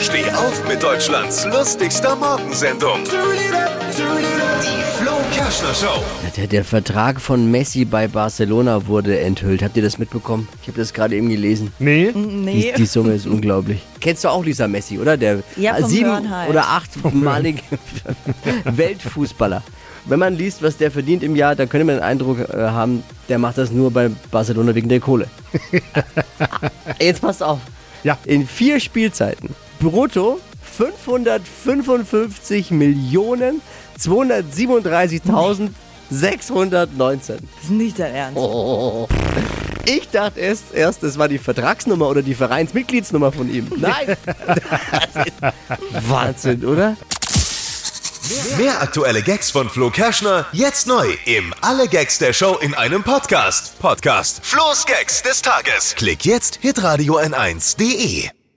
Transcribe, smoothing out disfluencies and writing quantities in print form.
Steh auf mit Deutschlands lustigster Morgensendung. Die Flo Kerschner Show. Der Vertrag von Messi bei Barcelona wurde enthüllt. Habt ihr das mitbekommen? Ich habe das gerade eben gelesen. Nee. Die Summe ist unglaublich. Kennst du auch Lisa Messi, oder? Der vom 7 Hören halt. oder 8-malige Weltfußballer. Wenn man liest, was der verdient im Jahr, dann könnte man den Eindruck haben, der macht das nur bei Barcelona wegen der Kohle. Jetzt passt auf. Ja. In 4 Spielzeiten brutto 555.237.619. Das ist nicht dein Ernst. Ich dachte erst, das war die Vertragsnummer oder die Vereinsmitgliedsnummer von ihm. Nein! Das ist Wahnsinn, oder? Mehr aktuelle Gags von Flo Kerschner jetzt neu im Alle Gags der Show in einem Podcast. Flo's Gags des Tages. Klick jetzt hitradio n1.de.